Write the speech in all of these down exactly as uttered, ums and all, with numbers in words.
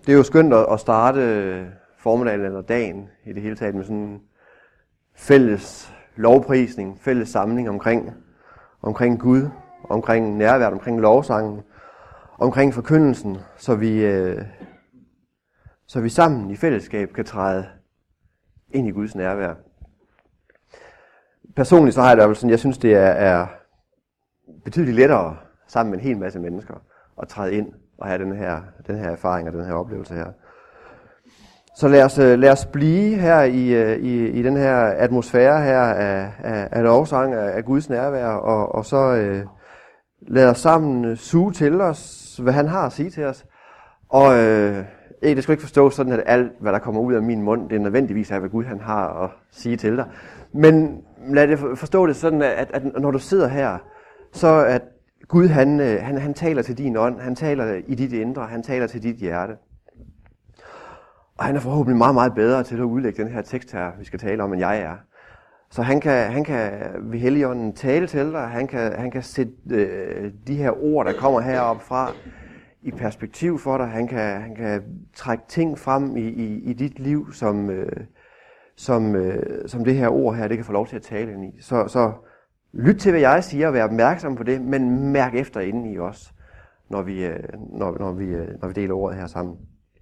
Det er jo skønt at starte formiddagen eller dagen i det hele taget med sådan en fælles lovprisning, fælles samling omkring, omkring Gud, omkring nærværet, omkring lovsangen, omkring forkyndelsen, så vi, øh, så vi sammen i fællesskab kan træde ind i Guds nærvær. Personligt så har jeg det altså sådan, jeg synes det er, er betydeligt lettere sammen med en hel masse mennesker at træde ind og have den her, den her erfaring og den her oplevelse her. Så lad os, lad os blive her i, i, i den her atmosfære her af, af, af lovsang, af, af Guds nærvær, og, og så øh, lad os sammen suge til os, hvad han har at sige til os. Og øh, det skal ikke forstås sådan, at alt, hvad der kommer ud af min mund, det er nødvendigvis af, hvad Gud han har at sige til dig. Men lad det forstå det sådan, at, at når du sidder her, så at Gud han, han, han taler til din ånd, han taler i dit indre, han taler til dit hjerte. Og han er forhåbentlig meget, meget bedre til at udlægge den her tekst her, vi skal tale om, end jeg er. Så han kan, han kan ved Helligånden tale til dig, han kan, han kan sætte øh, de her ord, der kommer heroppe fra, i perspektiv for dig. Han kan, han kan trække ting frem i, i, i dit liv, som, øh, som, øh, som det her ord her, det kan få lov til at tale ind i. Så, så lyt til, hvad jeg siger, og vær opmærksom på det, men mærk efter inden i os, når vi, øh, når, når, vi, øh, når vi deler ordet her sammen.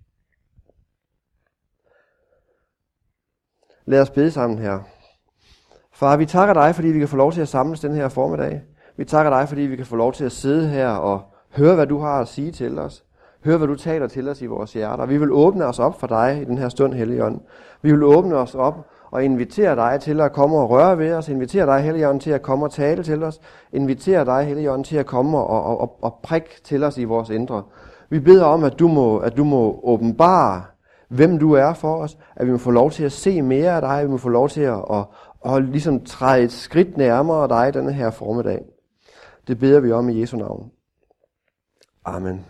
Lad os bede sammen her. Far, vi takker dig, fordi vi kan få lov til at samles den her formiddag. Vi takker dig, fordi vi kan få lov til at sidde her og høre, hvad du har at sige til os. Høre, hvad du taler til os i vores hjerter. Vi vil åbne os op for dig i den her stund, Helligånd. Vi vil åbne os op og invitere dig til at komme og røre ved os. Invitere dig, Helligånd, til at komme og tale til os. Invitere dig, Helligånd, til at komme og, og, og, og prikke til os i vores indre. Vi beder om, at du må, at du må åbenbare, hvem du er for os. At vi må få lov til at se mere af dig. At vi må få lov til at, at, at, at ligesom træde et skridt nærmere dig denne her formiddag. Det beder vi om i Jesu navn. Amen.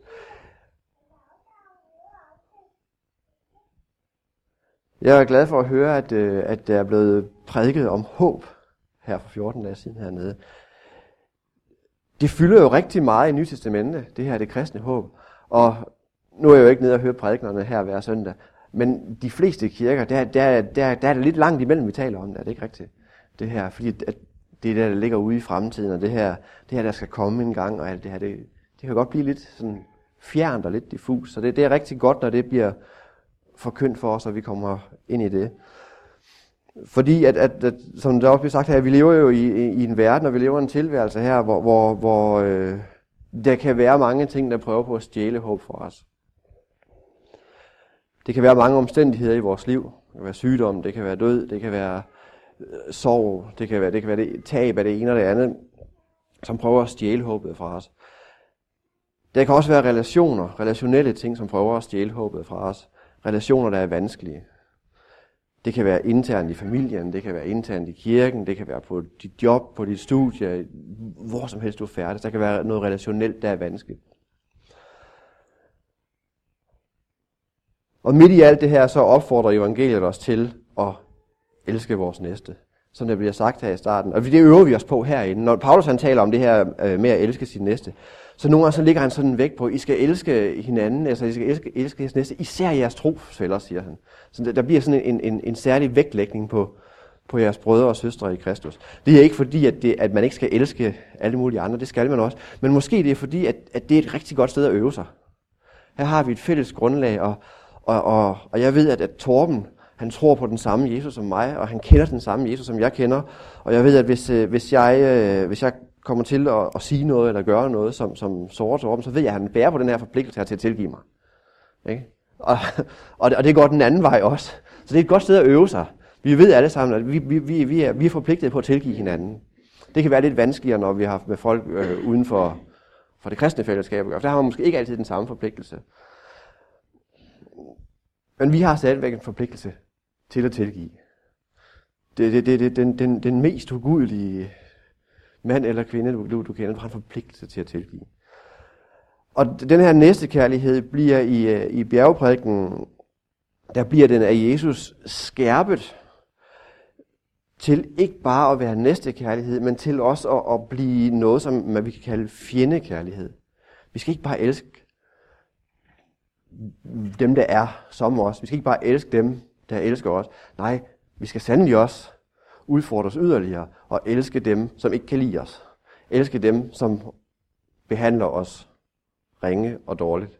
Jeg er glad for at høre, at, at der er blevet prædiket om håb her for fjorten dage siden hernede. Det fylder jo rigtig meget i Nye Testamente, det her det kristne håb. Og nu er jeg jo ikke nede og høre prædiknerne her hver søndag, men de fleste kirker, der, der, der, der er det lidt langt imellem, vi taler om det. Er det ikke rigtigt? Det her, fordi at det er der, der ligger ude i fremtiden, og det her, det her der skal komme en gang, og alt det her, det, det kan godt blive lidt sådan fjernt og lidt diffus. Så det, det er rigtig godt, når det bliver forkyndt for os, og vi kommer ind i det. Fordi, at, at, at som der også bliver sagt her, vi lever jo i, i en verden, og vi lever i en tilværelse her, hvor, hvor, hvor øh, der kan være mange ting, der prøver på at stjæle håb for os. Det kan være mange omstændigheder i vores liv. Det kan være sygdom, det kan være død, det kan være øh, sorg, det kan være, det kan være det, tab af det ene og det andet, som prøver at stjæle håbet fra os. Der kan også være relationer, relationelle ting, som prøver at stjæle håbet fra os. Relationer, der er vanskelige. Det kan være internt i familien, det kan være internt i kirken, det kan være på dit job, på dit studie, hvor som helst du er færdig. Der kan være noget relationelt, der er vanskeligt. Og midt i alt det her, så opfordrer evangeliet os til at elske vores næste. Som det bliver sagt her i starten. Og det øver vi os på herinde. Når Paulus han taler om det her med at elske sin næste, så nogle gange så ligger han sådan vægt på, I skal elske hinanden, altså I skal elske, elske jeres næste, især jeres trosfæller, siger han. Så der, der bliver sådan en, en, en særlig vægtlægning på, på jeres brødre og søstre i Kristus. Det er ikke fordi, at, det, at man ikke skal elske alle mulige andre, det skal man også. Men måske det er fordi, at, at det er et rigtig godt sted at øve sig. Her har vi et fælles grundlag, og, og, og, og jeg ved, at, at Torben, han tror på den samme Jesus som mig, og han kender den samme Jesus, som jeg kender. Og jeg ved, at hvis, hvis, jeg, hvis jeg kommer til at, at sige noget eller gøre noget, som, som sårer Torben, så ved jeg, at han bærer på den her forpligtelse her til at tilgive mig. Ikke? Og, og, det, og det går den anden vej også. Så det er et godt sted at øve sig. Vi ved alle sammen, at vi, vi, vi, vi, er, vi er forpligtet på at tilgive hinanden. Det kan være lidt vanskeligere, når vi har haft med folk øh, uden for, for det kristne fællesskab. For der har man måske ikke altid den samme forpligtelse. Men vi har stadigvæk en forpligtelse til at tilgive. Det, det, det, det, den, den, den mest ugudelige mand eller kvinde, du, du kender, har en forpligtelse til at tilgive. Og den her næste kærlighed bliver i, i bjergeprædiken, der bliver den af Jesus skærpet til ikke bare at være næste kærlighed, men til også at, at blive noget, som man vi kan kalde fjendekærlighed. Vi skal ikke bare elske dem, der er som os. Vi skal ikke bare elske dem, der elsker os. Nej, vi skal sandelig også udfordre os yderligere og elske dem, som ikke kan lide os. Elske dem, som behandler os ringe og dårligt.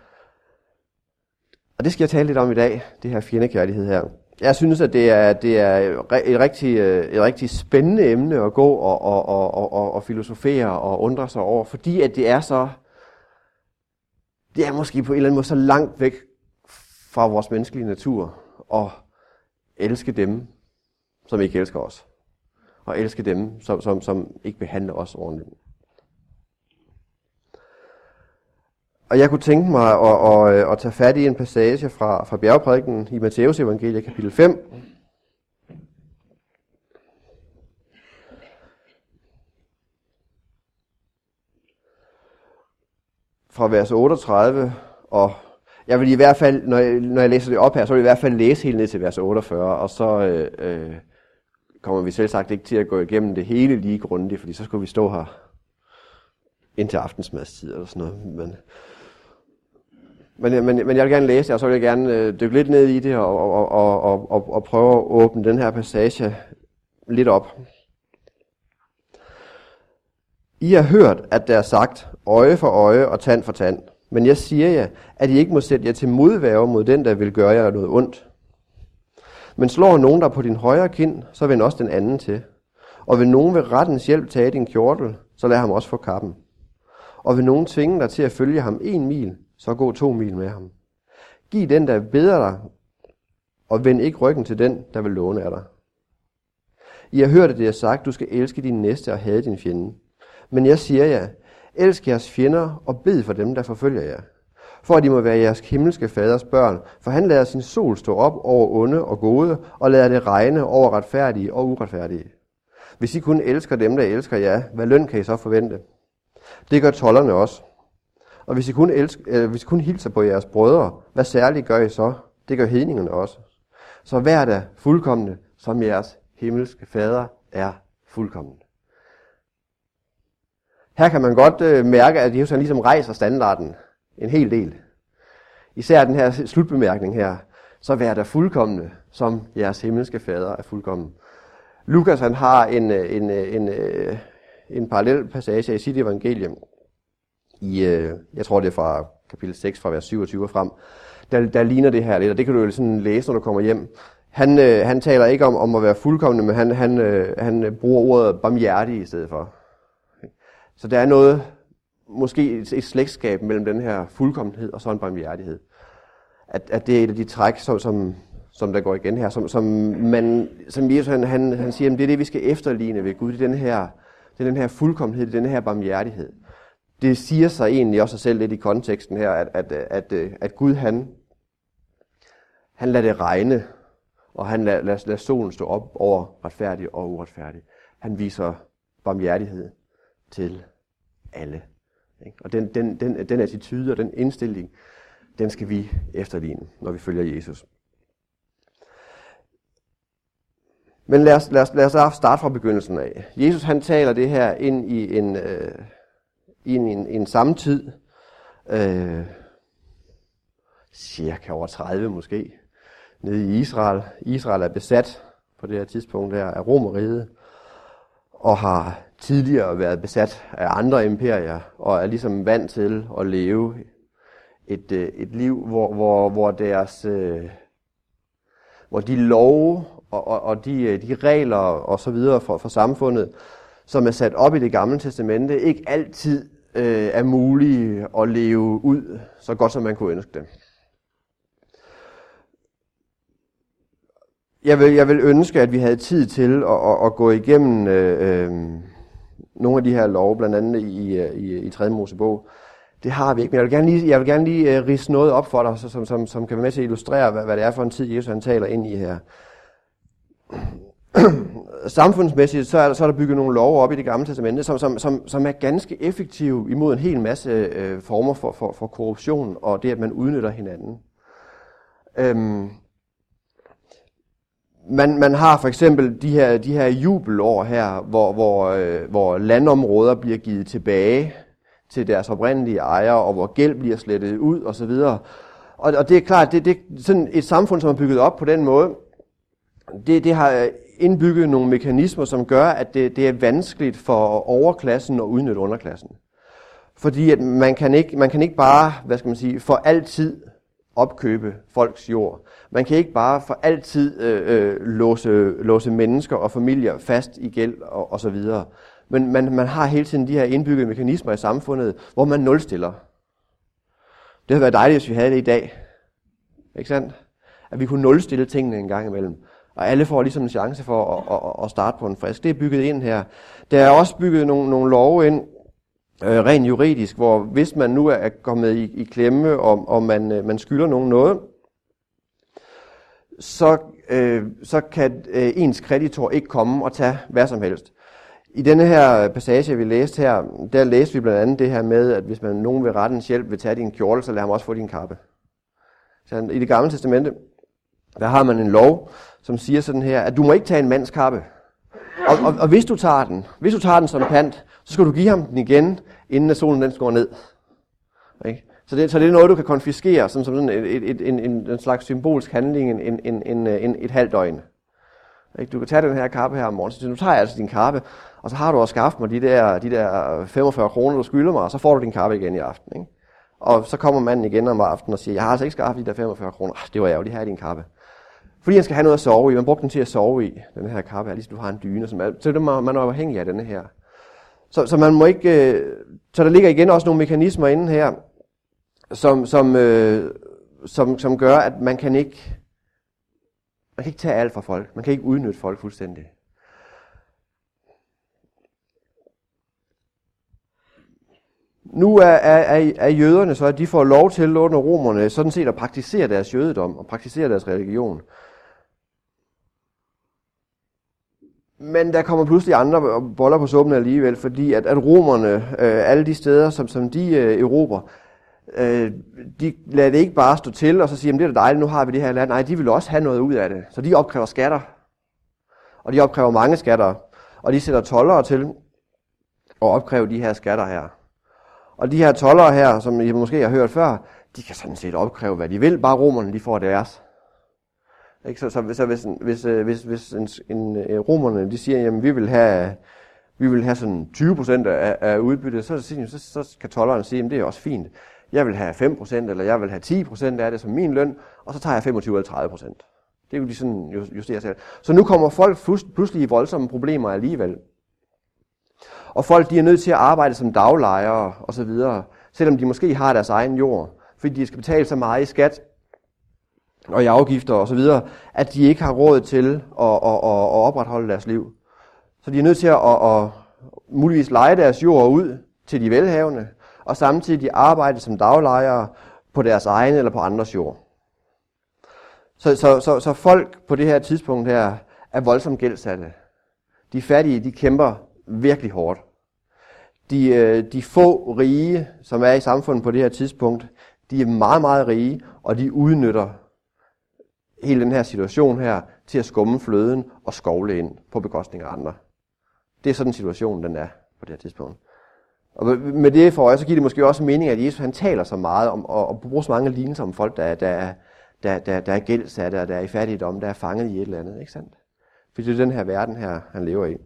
Og det skal jeg tale lidt om i dag, det her fjendekærlighed her. Jeg synes, at det er, det er et, rigtig, et rigtig spændende emne at gå og, og, og, og, og filosofere og undre sig over, fordi at det er så, det er måske på en eller anden måde så langt væk fra vores menneskelige natur at elske dem, som ikke elsker os. Og elske dem, som, som, som ikke behandler os ordentligt. Og jeg kunne tænke mig at, at, at tage fat i en passage fra, fra bjergprædikenen i Matteus evangeliet kapitel fem. Fra vers otteogtredive, og jeg vil i hvert fald, når jeg, når jeg læser det op her, så vil jeg i hvert fald læse helt ned til vers otteogfyrre, og så øh, øh, kommer vi selv sagt ikke til at gå igennem det hele lige grundigt, fordi så skulle vi stå her indtil aftensmadstid eller sådan noget. Men, men, men, men jeg vil gerne læse det, og så vil jeg gerne øh, dykke lidt ned i det og, og, og, og, og, og prøve at åbne den her passage lidt op. I har hørt, at der er sagt øje for øje og tand for tand. Men jeg siger jer, at I ikke må sætte jer til modværge mod den, der vil gøre jer noget ondt. Men slår nogen der på din højre kind, så vend også den anden til. Og vil nogen ved rettens hjælp tage din kjortel, så lad ham også få kappen. Og vil nogen tvinge dig til at følge ham en mil, så gå to mil med ham. Giv den, der beder dig, og vend ikke ryggen til den, der vil låne af dig. I har hørt, at det er sagt, du skal elske din næste og hade din fjende. Men jeg siger jer, elsk jeres fjender og bed for dem, der forfølger jer. For at de må være jeres himmelske faders børn, for han lader sin sol stå op over onde og gode, og lader det regne over retfærdige og uretfærdige. Hvis I kun elsker dem, der elsker jer, hvad løn kan I så forvente? Det gør tolderne også. Og hvis I kun, elsker, øh, hvis I kun hilser på jeres brødre, hvad særligt gør I så? Det gør hedningerne også. Så vær da fuldkomne, som jeres himmelske fader er fuldkommen. Her kan man godt øh, mærke, at Jesus han ligesom rejser standarden en hel del. Især den her slutbemærkning her. Så vær der fuldkomne, som jeres himmelske fader er fuldkommen. Lukas han har en, en, en, en, en parallel passage i sit evangelium. I, jeg tror det er fra kapitel seks, fra vers syvogtyve frem. Der, der ligner det her lidt, og det kan du jo sådan læse, når du kommer hjem. Han, han taler ikke om, om at være fuldkomne, men han, han, han bruger ordet barmhjertig i stedet for. Så der er noget, måske et, et slægtskab mellem den her fuldkommenhed og så en barmhjertighed. At, at det er et af de træk, som, som, som der går igen her, som, som, man, som Jesus han, han, han siger, at det er det, vi skal efterligne ved Gud. Det er den her, det er den her fuldkommenhed, det er den her barmhjertighed. Det siger sig egentlig også selv lidt i konteksten her, at, at, at, at Gud han, han lader det regne, og han lader, lader, lader solen stå op over retfærdig og uretfærdig. Han viser barmhjertighed til alle. Og den, den, den, den attitude og den indstilling, den skal vi efterligne, når vi følger Jesus. Men lad os, lad os, lad os starte fra begyndelsen af. Jesus han taler det her ind i en, øh, i en, en, en samtid, øh, cirka over tredive måske, nede i Israel. Israel er besat på det her tidspunkt her af Romerriget, og har tidligere været besat af andre imperier, og er ligesom vant til at leve et, et liv, hvor, hvor, hvor, deres, hvor de love og, og, og de, de regler og så videre for, for samfundet, som er sat op i Det Gamle Testamente, ikke altid øh, er mulige at leve ud så godt, som man kunne ønske det. Jeg vil, jeg vil ønske, at vi havde tid til at, at, at gå igennem øh, øh, nogle af de her love, blandt andet i, i, i tredje Mosebog. Det har vi ikke, men jeg vil gerne lige, jeg vil gerne lige uh, ridse noget op for dig, som, som, som kan være med til at illustrere, hvad, hvad det er for en tid, Jesus han taler ind i her. Samfundsmæssigt, så er, så er der bygget nogle love op i Det Gamle Testamente, som, som, som, som er ganske effektive imod en hel masse øh, former for, for, for korruption, og det, at man udnytter hinanden. Øhm, Man, man har for eksempel de her, de her jubelår her, hvor, hvor, øh, hvor landområder bliver givet tilbage til deres oprindelige ejere, og hvor gæld bliver slettet ud osv. Og, og det er klart, det, det sådan et samfund, som er bygget op på den måde, det, det har indbygget nogle mekanismer, som gør, at det, det er vanskeligt for overklassen at udnytte underklassen. Fordi at man kan ikke, man kan ikke bare, hvad skal man sige, for altid opkøbe folks jord. Man kan ikke bare for altid øh, øh, låse, låse mennesker og familier fast i gæld og, og så videre. Men man, man har hele tiden de her indbyggede mekanismer i samfundet, hvor man nulstiller. Det havde været dejligt, hvis vi havde det i dag. Ikke sandt? At vi kunne nulstille tingene en gang imellem. Og alle får ligesom en chance for at, at, at starte på en frisk. Det er bygget ind her. Der er også bygget nogle, nogle love ind, øh, rent juridisk, hvor hvis man nu er kommet i, i klemme, og, og man, øh, man skylder nogen noget, så, øh, så kan øh, ens kreditor ikke komme og tage hvad som helst. I denne her passage, vi læste her, der læste vi blandt andet det her med, at hvis man nogen vil rettens hjælp vil tage din kjortel, så lad ham også få din kappe. Så i det gamle testamente, der har man en lov, som siger sådan her, at du må ikke tage en mands kappe. Og, og, og hvis du tager den, hvis du tager den som pant, så skal du give ham den igen, inden at solen den går ned. Okay? Så, det, så det er noget, du kan konfiskere, som, som sådan et, et, et, en, en slags symbolsk handling en, en, en, en, et halvt døgn. Du kan tage den her kappe her om morgenen, så nu tager jeg altså din kappe, og så har du også skaffet mig de der, de der femogfyrre kroner, du skylder mig, og så får du din kappe igen i aften. Ikke? Og så kommer manden igen om aftenen og siger, jeg har altså ikke skaffet de der femogfyrre kroner. Ah, det var ærgerligt, her er din kappe. Fordi han skal have noget at sove i. Man brugte den til at sove i, den her kappe her, ligesom du har en dyne. Som er, så det, man er afhængig af denne her. Så, så man må ikke, så der ligger igen også nogle mekanismer inde her, som, som, øh, som, som gør, at man kan ikke, man kan ikke tage alt fra folk. Man kan ikke udnytte folk fuldstændig. Nu er, er, er jøderne så, at de får lov til under romerne sådan set at praktisere deres jødedom og praktisere deres religion. Men der kommer pludselig andre boller på suppen alligevel, fordi at, at romerne, øh, alle de steder, som, som de øh, erobrer, øh, de lader det ikke bare stå til og så sige, det er da dejligt, nu har vi det her land. Nej, de vil også have noget ud af det. Så de opkræver skatter. Og de opkræver mange skatter. Og de sætter toldere til at opkræve de her skatter her. Og de her toldere her, som I måske har hørt før, de kan sådan set opkræve, hvad de vil. Bare romerne, de får deres. Ikke? Så, så, så hvis, hvis, hvis, hvis en, en, romerne de siger, jamen vi vil have, vi vil have sådan tyve procent af, af udbyttet, så, så, så kan tolderen sige, jamen det er også fint. Jeg vil have fem procent, eller jeg vil have ti procent af det som min løn, og så tager jeg femogtyve eller tredive procent. Det er jo de sådan justere selv. Så nu kommer folk pludselig i voldsomme problemer alligevel. Og folk de er nødt til at arbejde som daglejere og så videre, selvom de måske har deres egen jord, fordi de skal betale så meget i skat og i afgifter og så videre, at de ikke har råd til at, at, at, at opretholde deres liv. Så de er nødt til at, at, at muligvis leje deres jord ud til de velhavende, og samtidig arbejde som daglejere på deres egen eller på andres jord. Så, så, så, så folk på det her tidspunkt her er voldsomt gældsatte. De fattige, de kæmper virkelig hårdt. De, de få rige, som er i samfundet på det her tidspunkt, de er meget, meget rige, og de udnytter hele den her situation her til at skumme fløden og skovle ind på bekostning af andre. Det er sådan situationen, den er på det her tidspunkt. Og med det for øje, så giver det måske også mening, at Jesus han taler så meget om, og, og bruger så mange lignelser om folk, der, der, der, der, der er gældsatte, og der er i fattigdom, der er fanget i et eller andet, ikke sandt? For det er den her verden her, han lever i.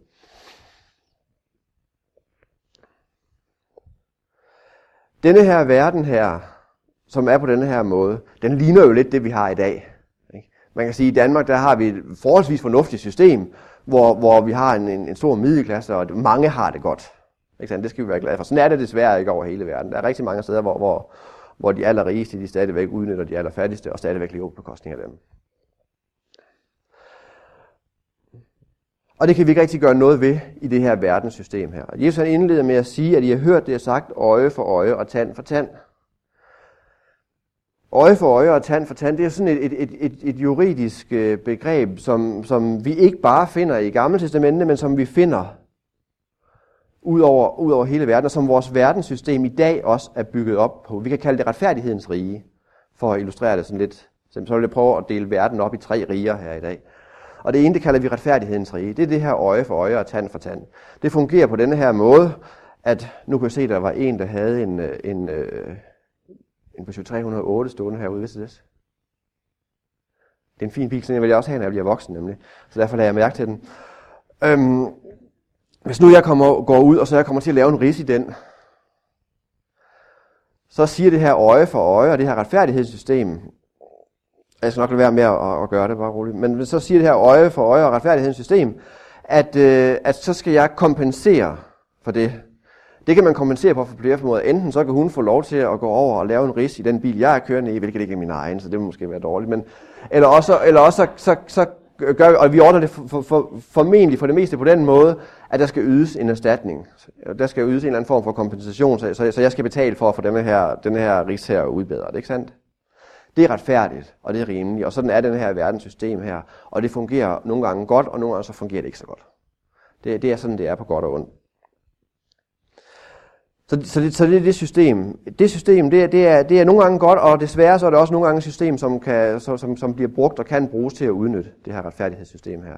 Denne her verden her, som er på denne her måde, den ligner jo lidt det, vi har i dag. Man kan sige, at i Danmark, der har vi et forholdsvis fornuftigt system, hvor, hvor vi har en, en, en stor middelklasse, og mange har det godt. Ikke? Det skal vi være glade for. Sådan er det desværre ikke over hele verden. Der er rigtig mange steder, hvor, hvor, hvor de allerrigeste, de stadigvæk udnytter de allerfattigste, og stadigvæk lever på bekostning af dem. Og det kan vi ikke rigtig gøre noget ved i det her verdenssystem her. Jesus han indleder med at sige, at I har hørt det jeg sagt, øje for øje og tand for tand. Øje for øje og tand for tand, det er sådan et, et, et, et, et juridisk begreb, som, som vi ikke bare finder i Gamle Testamente, men som vi finder ud over, ud over hele verden, og som vores verdenssystem i dag også er bygget op på. Vi kan kalde det retfærdighedens rige, for at illustrere det sådan lidt. Så vil jeg prøve at dele verden op i tre riger her i dag. Og det ene, det kalder vi retfærdighedens rige. Det er det her øje for øje og tand for tand. Det fungerer på denne her måde, at nu kan jeg se, at der var en, der havde en, en, en Peugeot tre hundrede og otte stående herude, vidste du det? Det er en fin bil, sådan en vil jeg også have, når jeg bliver voksen nemlig. Så derfor lader jeg mærke til den. Øhm, hvis nu jeg kommer, går ud, og så jeg kommer til at lave en ris i den, så siger det her øje for øje, og det her retfærdighedssystem, jeg skal nok lade være med at, at gøre det, bare roligt, men så siger det her øje for øje og retfærdighedssystem, at, øh, at så skal jeg kompensere for det. Det kan man kompensere på for flere måder. Enten så kan hun få lov til at gå over og lave en ris i den bil, jeg er kørende i, hvilket ikke er min egen, så det må måske være dårligt. Men, eller også, eller også så, så, så gør vi, og vi ordner det for, for, for, formentlig for det meste på den måde, at der skal ydes en erstatning. Der skal ydes en eller anden form for kompensation, så, så, så jeg skal betale for at få denne her, denne her ris her udbedret, ikke sandt? Det er retfærdigt, og det er rimeligt, og sådan er den her verdenssystem her, og det fungerer nogle gange godt, og nogle gange så fungerer det ikke så godt. Det, det er sådan, det er på godt og ondt. Så, så, det, så det er det system. Det system, det er, det, er, det er nogle gange godt, og desværre så er det også nogle gange et system, som, kan, som, som bliver brugt og kan bruges til at udnytte det her retfærdighedssystem her.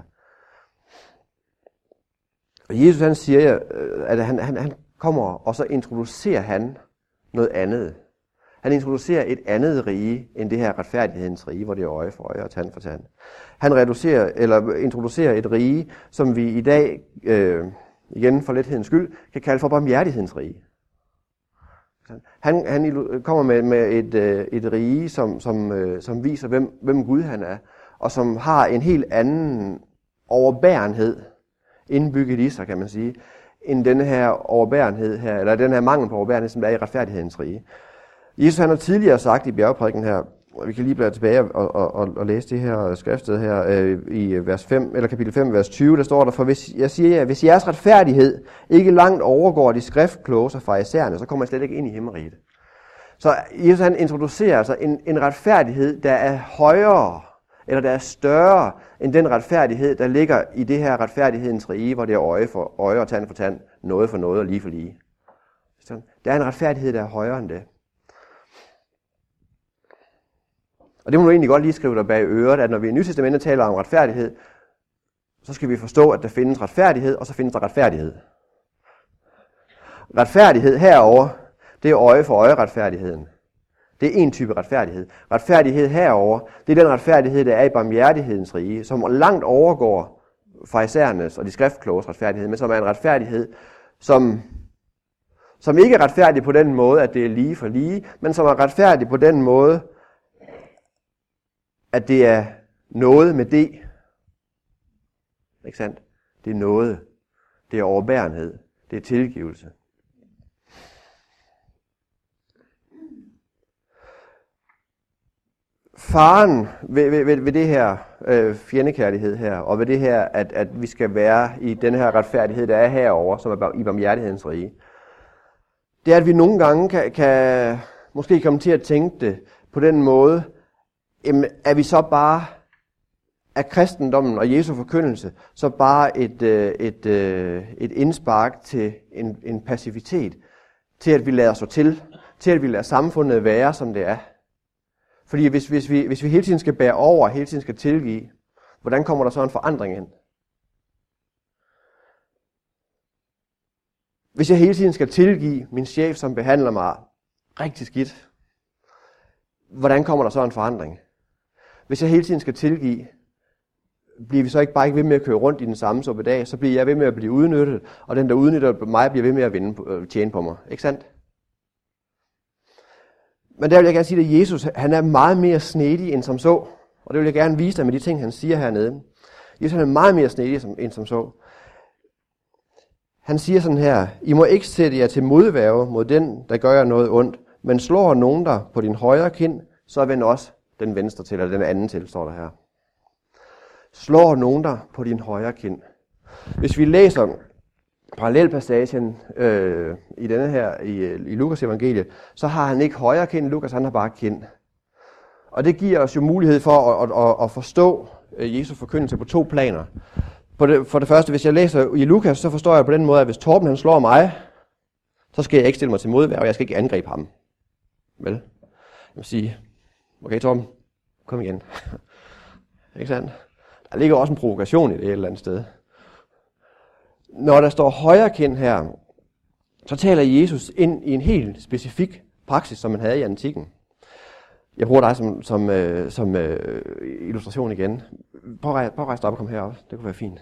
Og Jesus han siger, at han, han, han kommer, og så introducerer han noget andet. Han introducerer et andet rige, end det her retfærdighedens rige, hvor det er øje for øje og tand for tand. Han reducerer, eller introducerer et rige, som vi i dag, øh, igen for lethedens skyld, kan kalde for barmhjertighedens rige. Han, han kommer med, med et, et rige, som, som, som viser, hvem, hvem Gud han er, og som har en helt anden overbærenhed indbygget i sig, kan man sige, end denne her overbærenhed her, eller den her mangel på overbærenhed, som der er i retfærdighedens rige. Jesus han har tidligere sagt i bjergprædiken her, og vi kan lige blive tilbage og, og, og, og læse det her skriftsted her øh, i vers fem, eller kapitel fem, vers tyve, der står der, for hvis jeg siger jer, hvis jeres retfærdighed ikke langt overgår de skriftkloge og farisæerne, så kommer jeg slet ikke ind i himmeriget. Så Jesus han introducerer altså en, en retfærdighed, der er højere, eller der er større, end den retfærdighed, der ligger i det her retfærdighedens rige, hvor det er øje for øje og tand for tand, noget for noget og lige for lige. Så der er en retfærdighed, der er højere end det. Og det må du egentlig godt lige skrive dig bag øret, at når vi i Nye Testamentet taler om retfærdighed, så skal vi forstå, at der findes retfærdighed, og så findes der retfærdighed. Retfærdighed herover, det er øje for øje retfærdigheden. Det er en type retfærdighed. Retfærdighed herover, det er den retfærdighed, der er i barmhjertighedens rige, som langt overgår farisæernes og de skriftkloges retfærdighed, men som er en retfærdighed, som, som ikke er retfærdig på den måde, at det er lige for lige, men som er retfærdig på den måde, at det er noget med det. Ikke sandt? Det er noget. Det er overbærenhed. Det er tilgivelse. Faren ved, ved, ved det her øh, fjendekærlighed her, og ved det her, at, at vi skal være i den her retfærdighed, der er herover, som er i barmhjertighedens rige, det er, at vi nogle gange kan, kan måske komme til at tænke det på den måde, jamen, er vi så bare af kristendommen og Jesu forkyndelse, så bare et, et, et, et indspark til en, en passivitet, til at vi lader stå til, til at vi lader samfundet være, som det er. Fordi hvis, hvis, vi, hvis vi hele tiden skal bære over, hele tiden skal tilgive, hvordan kommer der så en forandring ind? Hvis jeg hele tiden skal tilgive min chef, som behandler mig rigtig skidt, hvordan kommer der så en forandring? Hvis jeg hele tiden skal tilgive, bliver vi så ikke bare ikke ved med at køre rundt i den samme suppedag, så bliver jeg ved med at blive udnyttet, og den, der udnytter mig, bliver ved med at vinde, tjene på mig. Ikke sandt? Men der vil jeg gerne sige, at Jesus han er meget mere snedig end som så. Og det vil jeg gerne vise dig med de ting, han siger hernede. Jesus han er meget mere snedig end som så. Han siger sådan her, I må ikke sætte jer til modværge mod den, der gør jer noget ondt, men slår nogen der på din højre kind, så vend også den venstre til, eller den anden til, står der her. Slår nogen der på din højre kind. Hvis vi læser parallelpassagen øh, i denne her, i, i Lukas evangeliet, så har han ikke højre kind, Lukas han har bare kind. Og det giver os jo mulighed for at, at, at, at forstå Jesu forkyndelse på to planer. For det, for det første, hvis jeg læser i Lukas, så forstår jeg på den måde, at hvis Torben han slår mig, så skal jeg ikke stille mig til modværge, og jeg skal ikke angribe ham. Vel? Jeg vil sige, okay Torben, kom igen. Ikke sandt? Der ligger også en provokation i det et eller andet sted. Når der står højre kind her, så taler Jesus ind i en helt specifik praksis, som man havde i antikken. Jeg bruger dig som, som, øh, som øh, illustration igen. Prøv at rejse dig op og komme herop. Det kunne være fint.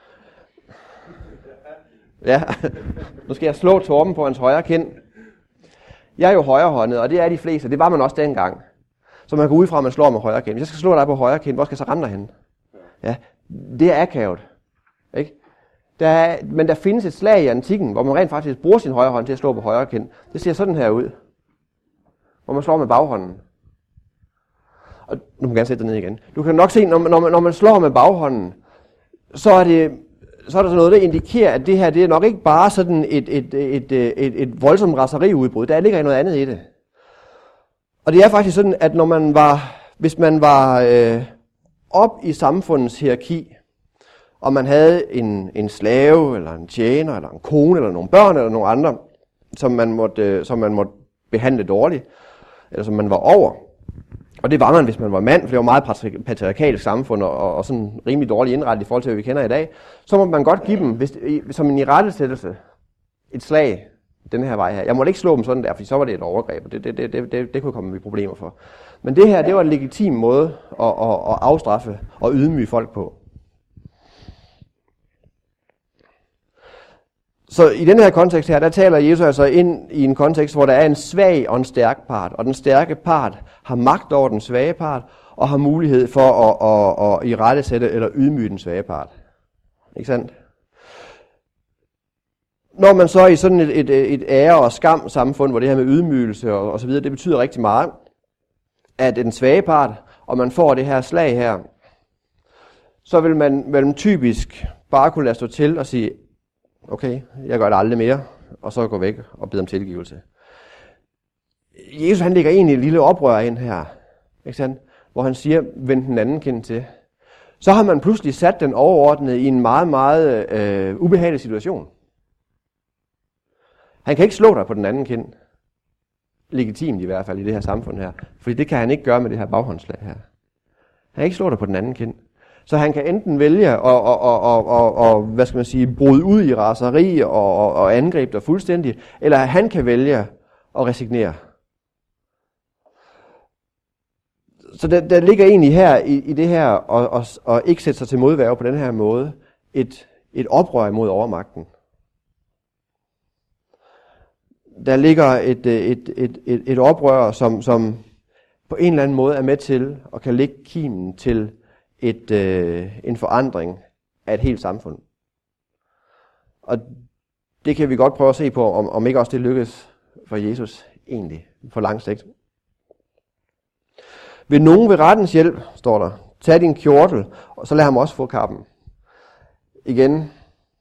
Ja, nu skal jeg slå Torben på hans højre kind. Jeg er jo højrehåndet, og det er de fleste. Det var man også dengang. Så man går ud fra, at man slår med højre kind. Hvis jeg skal slå dig på højre kind, hvor skal jeg så ramme dig henne? Ja, det er akavet. Ikke? Der er, men der findes et slag i antikken, hvor man rent faktisk bruger sin højre hånd til at slå på højre kind. Det ser sådan her ud. Hvor man slår med baghånden. Og nu må jeg gerne sætte det ned igen. Du kan nok se, når man, når man, når man slår med baghånden, så er det... så er der sådan noget, der indikerer, at det her, det er nok ikke bare sådan et, et, et, et, et, et voldsomt raseriudbrud. Der ligger noget andet i det. Og det er faktisk sådan, at når man var, hvis man var øh, op i samfundets hierarki, og man havde en, en slave, eller en tjener, eller en kone, eller nogle børn, eller nogle andre, som man måtte, øh, som man måtte behandle dårligt, eller som man var over. Og det var man, hvis man var mand, for det var meget patriarkalsk samfund, og, og sådan rimelig dårligt indrettet i forhold til, hvad vi kender i dag. Så må man godt give dem, hvis, som en irettesættelse, et slag den her vej her. Jeg måtte ikke slå dem sådan der, for så var det et overgreb, og det, det, det, det, det, det kunne komme i problemer for. Men det her, det var en legitim måde at, at, at afstraffe og ydmyge folk på. Så i den her kontekst her, der taler Jesus altså ind i en kontekst, hvor der er en svag og en stærk part, og den stærke part har magt over den svage part, og har mulighed for at, at, at irettesætte eller ydmyge den svage part. Ikke sandt? Når man så er i sådan et, et, et ære- og skam samfund, hvor det her med ydmygelse og, og så videre, det betyder rigtig meget, at den svage part, og man får det her slag her, så vil man vel typisk bare kunne lade stå til og sige, okay, jeg gør det aldrig mere, og så gå væk og bede om tilgivelse. Jesus han lægger egentlig et lille oprør ind her, ikke sandt? Hvor han siger, vend den anden kind til. Så har man pludselig sat den overordnede i en meget, meget øh, ubehagelig situation. Han kan ikke slå dig på den anden kind. Legitimt i hvert fald i det her samfund her. Fordi det kan han ikke gøre med det her baghåndslag her. Han kan ikke slå dig på den anden kind. Så han kan enten vælge at og, og, og, og, og, hvad skal man sige, bryde ud i raseri og, og, og angribe dig fuldstændig, eller han kan vælge at resignere. Så der, der ligger egentlig her i, i det her og, og, og ikke sætte sig til modværge på den her måde et, et oprør imod overmagten. Der ligger et, et, et, et, et oprør, som, som på en eller anden måde er med til og kan lægge kimen til et, øh, en forandring af et helt samfund. Og det kan vi godt prøve at se på, om, om ikke også det lykkes for Jesus egentlig på lang sigt. Vil nogen ved rettens hjælp, står der, tag din kjortel, og så lad ham også få kappen. Igen,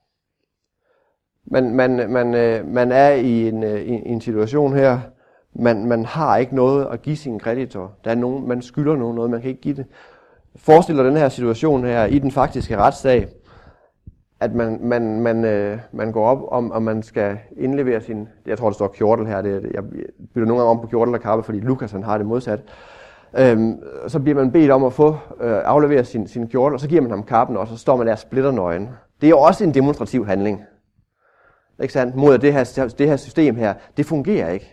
man, man, man, man er i en, i en situation her, man, man har ikke noget at give sin kreditor. Der er nogen, man skylder nogen noget, man kan ikke give det. Forestil dig den her situation her i den faktiske retssag, at man, man, man, øh, man går op, om, om man skal indlevere sin, jeg tror der står kjortel her, det, jeg bytter nogle gange om på kjortel og kappe, fordi Lukas han har det modsat. Øhm, så bliver man bedt om at få øh, aflevere sin, sin kjortel, og så giver man ham kappen, og så står man der splitternøgen. Det er jo også en demonstrativ handling. Ikke sandt? Mod at det her, det her system her, det fungerer ikke.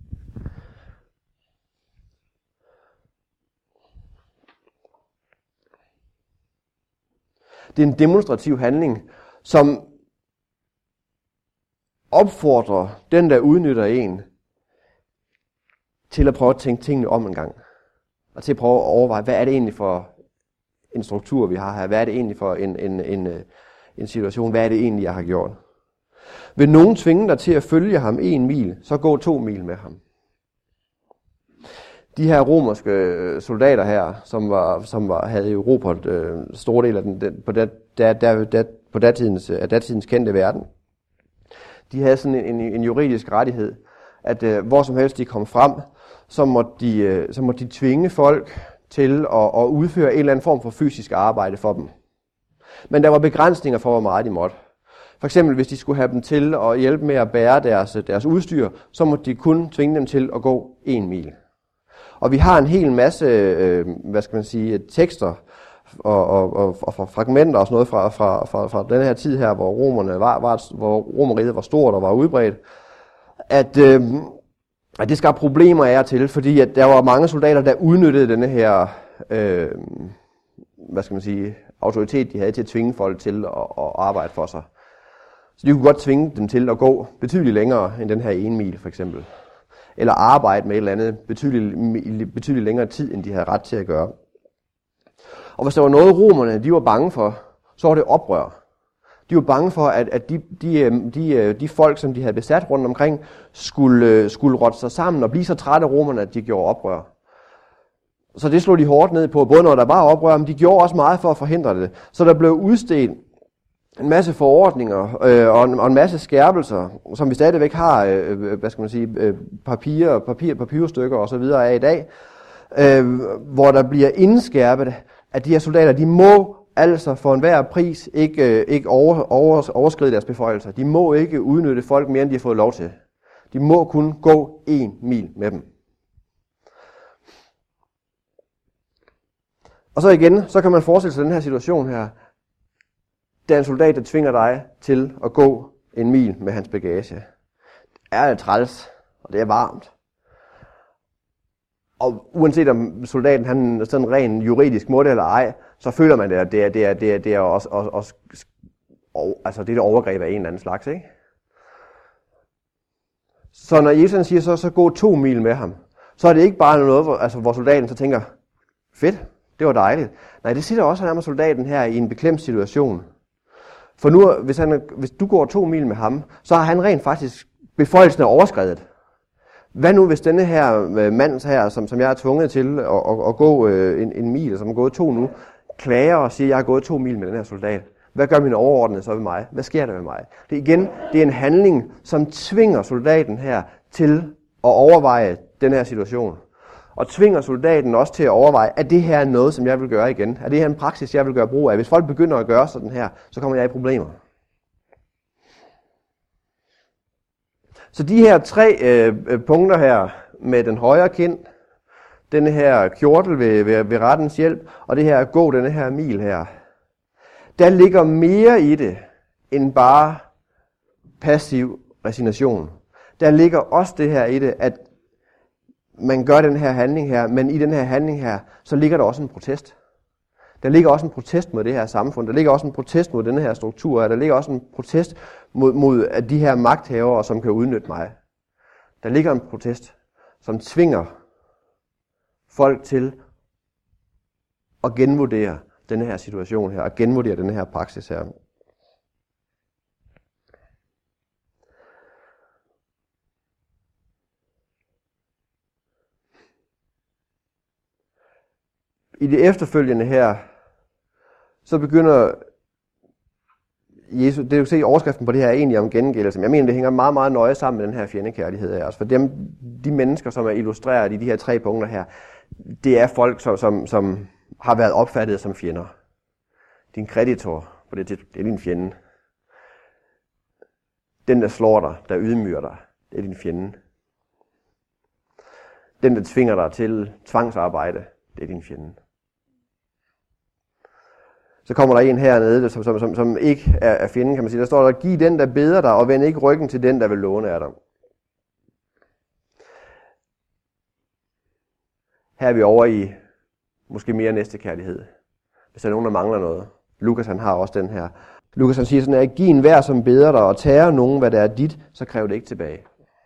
Det er en demonstrativ handling, som opfordrer den, der udnytter en, til at prøve at tænke tingene om en gang. Og til at prøve at overveje, hvad er det egentlig for en struktur, vi har her? Hvad er det egentlig for en, en, en, en situation? Hvad er det egentlig, jeg har gjort? Vil nogen tvinge dig til at følge ham en mil, så gå to mil med ham. De her romerske soldater her, som var som var havde erobret øh, store del af den, den på dat, dat, dat, dat, på datidens af datidens kendte verden. De havde sådan en, en, en juridisk rettighed, at øh, hvor som helst de kom frem, så måtte de øh, så måtte de tvinge folk til at, at udføre en eller anden form for fysisk arbejde for dem. Men der var begrænsninger for, hvor meget de måtte. For eksempel, hvis de skulle have dem til at hjælpe med at bære deres, deres udstyr, så måtte de kun tvinge dem til at gå en mil. Og vi har en hel masse, øh, hvad skal man sige, tekster og, og, og, og fragmenter og sådan noget fra, fra, fra, fra den her tid her, hvor romerne var, var hvor romeriet var stort og var udbredt, at, øh, Og det skabte problemer af og til, fordi at der var mange soldater, der udnyttede denne her, øh, hvad skal man sige, autoritet, de havde til at tvinge folk til at, at arbejde for sig. Så de kunne godt tvinge dem til at gå betydeligt længere end den her ene mil for eksempel. Eller arbejde med et eller andet betydeligt, betydeligt længere tid, end de havde ret til at gøre. Og hvis der var noget, romerne de var bange for, så var det oprør. De var bange for, at, at de, de, de, de folk, som de havde besat rundt omkring, skulle, skulle rotte sig sammen og blive så trætte af romerne, at de gjorde oprør. Så det slog de hårdt ned på, både når der var oprør, men de gjorde også meget for at forhindre det. Så der blev udstedt en masse forordninger øh, og, en, og en masse skærpelser, som vi stadigvæk har, øh, hvad skal man sige, øh, papirer, papir, papirstykker og så videre af i dag, øh, hvor der bliver indskærpet, at de her soldater, de må altså for enhver pris ikke, øh, ikke over, over, overskride deres beføjelser. De må ikke udnytte folk mere, end de har fået lov til. De må kun gå en mil med dem. Og så igen, så kan man forestille sig den her situation her. Der er en soldat, der tvinger dig til at gå en mil med hans bagage. Det er træls, og det er varmt. Og uanset om soldaten han sådan rent juridisk må det eller ej, så føler man det, at det er, det er, det er, det er også, også, også, altså det er overgreb af en eller anden slags, ikke? Så når Jesus siger, så, så gå to mil med ham, så er det ikke bare noget, hvor, altså, hvor soldaten så tænker, fedt, det var dejligt. Nej, det siger også nærmere soldaten her i en beklemt situation. For nu, hvis, han, hvis du går to mil med ham, så har han rent faktisk beføjelsen overskredet. Hvad nu, hvis denne her mand her, som, som jeg er tvunget til at, at, at gå en, en mil, som er gået to nu, klager og siger, at jeg har gået to mil med den her soldat. Hvad gør mine overordnede så ved mig? Hvad sker der med mig? Det er igen, det er en handling, som tvinger soldaten her til at overveje den her situation. Og tvinger soldaten også til at overveje, at det her er noget, som jeg vil gøre igen. Er det her en praksis, jeg vil gøre brug af? Hvis folk begynder at gøre sådan her, så kommer jeg i problemer. Så de her tre øh, punkter her med den højre kind, denne her kjortel ved, ved, ved rettens hjælp, og det her at gå denne her mil her, der ligger mere i det, end bare passiv resignation. Der ligger også det her i det, at man gør den her handling her, men i den her handling her, så ligger der også en protest. Der ligger også en protest mod det her samfund. Der ligger også en protest mod den her struktur. Der ligger også en protest mod, mod de her magthavere, som kan udnytte mig. Der ligger en protest, som tvinger folk til at genvurdere denne her situation her, og genvurdere denne her praksis her. I det efterfølgende her, så begynder Jesus, det du kan se, overskriften på det her er egentlig om gengældelse. Jeg mener, det hænger meget, meget nøje sammen med den her fjendekærlighed af os. For dem, de mennesker, som er illustreret i de her tre punkter her, det er folk, som, som, som har været opfattet som fjender. Din kreditor, for det, det er din fjende. Den, der slår dig, der ydmyger dig, det er din fjende. Den, der tvinger dig til tvangsarbejde, det er din fjende. Så kommer der en hernede, som, som, som, som ikke er, er fjenden, kan man sige. Der står der, giv den, der beder dig, og vend ikke ryggen til den, der vil låne af dig. Her er vi over i måske mere næstekærlighed, hvis der er nogen, der mangler noget. Lukas han har også den her. Lukas han siger sådan her, giv en hver, som beder dig, og tager nogen, hvad der er dit, så kræv det ikke tilbage.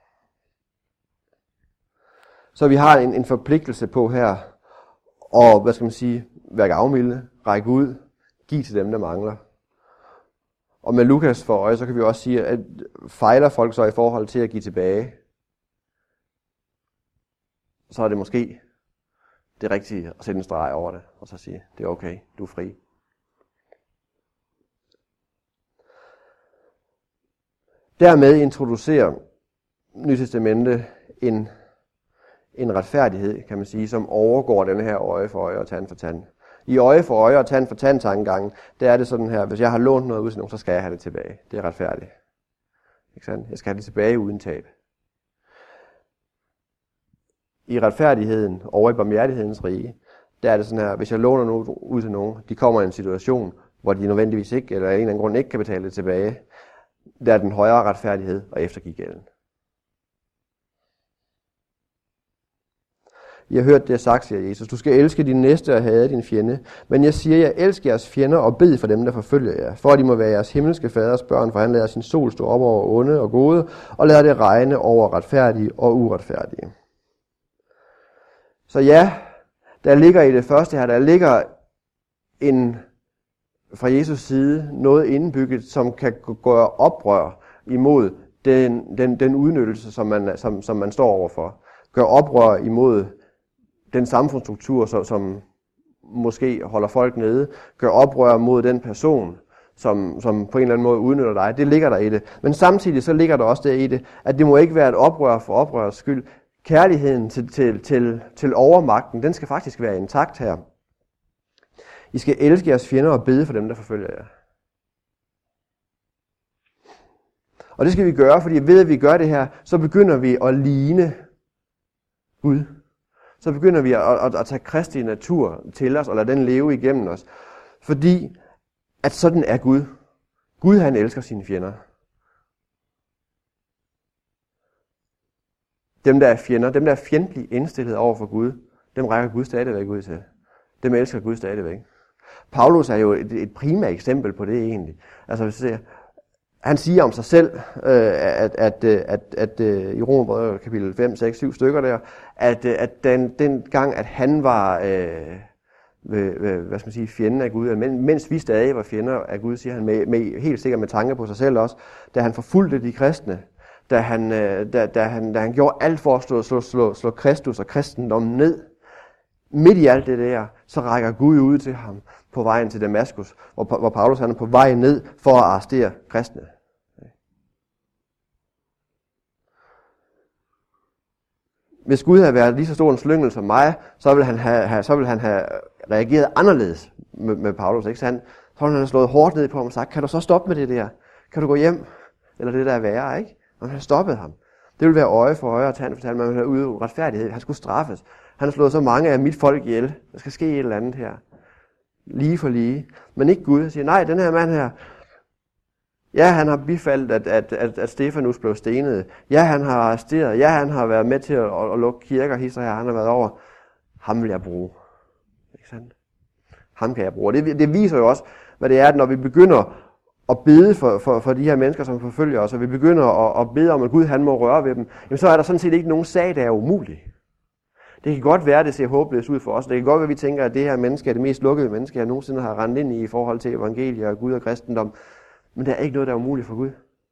Så vi har en, en forpligtelse på her, og hvad skal man sige, være gavmilde, række ud, give til dem, der mangler. Og med Lukas for øje, så kan vi også sige, at fejler folk så i forhold til at give tilbage, så er det måske det rigtige at sætte en streg over det, og så sige, det er okay, du er fri. Dermed introducerer Nye Testamente en, en retfærdighed, kan man sige, som overgår denne her øje for øje og tand for tand. I øje for øje og tand for tand tankegangen, der er det sådan her, hvis jeg har lånt noget ud til nogen, så skal jeg have det tilbage. Det er retfærdigt. Ikke sandt? Jeg skal have det tilbage uden tab. I retfærdigheden over i barmhjertighedens rige, der er det sådan her, hvis jeg låner noget ud til nogen, de kommer i en situation, hvor de nødvendigvis ikke, eller af en eller anden grund ikke kan betale det tilbage, der er den højere retfærdighed og eftergive gælden. I har hørt det sagt, siger Jesus. Du skal elske din næste og hade din fjende. Men jeg siger jer, elsk jeres fjender og bed for dem, der forfølger jer. For at de må være jeres himmelske faders børn, for han lader sin sol stå op over onde og gode, og lader det regne over retfærdige og uretfærdige. Så ja, der ligger i det første her, der ligger en fra Jesus side noget indbygget, som kan gøre oprør imod den, den, den udnyttelse, som man, som, som man står overfor. Gør oprør imod den samfundsstruktur, som, som måske holder folk nede. Gør oprør mod den person, som, som på en eller anden måde udnytter dig. Det ligger der i det. Men samtidig så ligger der også der i det, at det må ikke være et oprør for oprørs skyld. Kærligheden til, til, til, til overmagten, den skal faktisk være intakt her. I skal elske jeres fjender og bede for dem, der forfølger jer. Og det skal vi gøre, fordi ved at vi gør det her, så begynder vi at ligne Gud. Så begynder vi at, at, at tage Kristi natur til os, og lade den leve igennem os. Fordi, at sådan er Gud. Gud, han elsker sine fjender. Dem, der er fjender, dem, der er fjendtligt indstillet over for Gud, dem rækker Gud stadigvæk ud til. Dem elsker Gud stadigvæk. Paulus er jo et, et prima eksempel på det egentlig. Altså, hvis ser, han siger om sig selv, øh, at, at, at, at, at i Romerbrevet kapitel fem, seks, syv stykker der, at, at den, den gang, at han var øh, øh, hvad skal man sige, fjenden af Gud, mens vi stadig var fjender af Gud, siger han, med, med, helt sikkert med tanke på sig selv også, da han forfulgte de kristne, da han, da, da han, da han gjorde alt for at slå, slå, slå, slå Kristus og kristendommen ned. Midt i alt det der, så rækker Gud ud til ham på vejen til Damaskus, hvor, hvor Paulus han er på vej ned for at arrestere kristne. Hvis Gud havde været lige så stor en slyngel som mig, så ville han have, have, så ville han have reageret anderledes med, med Paulus. Ikke? Så, han, så ville han have slået hårdt ned på ham og sagt, kan du så stoppe med det der? Kan du gå hjem? Eller det der er værre, ikke? Og han har stoppet ham. Det ville være øje for øje, og han fortalte, at man ville have ude retfærdighed. Han skulle straffes. Han har slået så mange af mit folk ihjel. Der skal ske et eller andet her. Lige for lige. Men ikke Gud. Han siger, nej, den her mand her, ja, han har bifaldt, at, at, at, at Stefanus blev stenet. Ja, han har arresteret. Ja, han har været med til at, at, at lukke kirker, hisser her. Han har været over. Ham vil jeg bruge. Ikke sandt? Ham kan jeg bruge. Det, det viser jo også, hvad det er, at når vi begynder at bede for, for, for de her mennesker, som forfølger os, og vi begynder at, at bede om, at Gud han må røre ved dem, jamen så er der sådan set ikke nogen sag, der er umulig. Det kan godt være, at det ser håbløst ud for os. Det kan godt være, at vi tænker, at det her menneske er det mest lukkede menneske, jeg nogensinde har rendt ind i i forhold til evangeliet og Gud og kristendom. Men der er ikke noget, der er umuligt for Gud.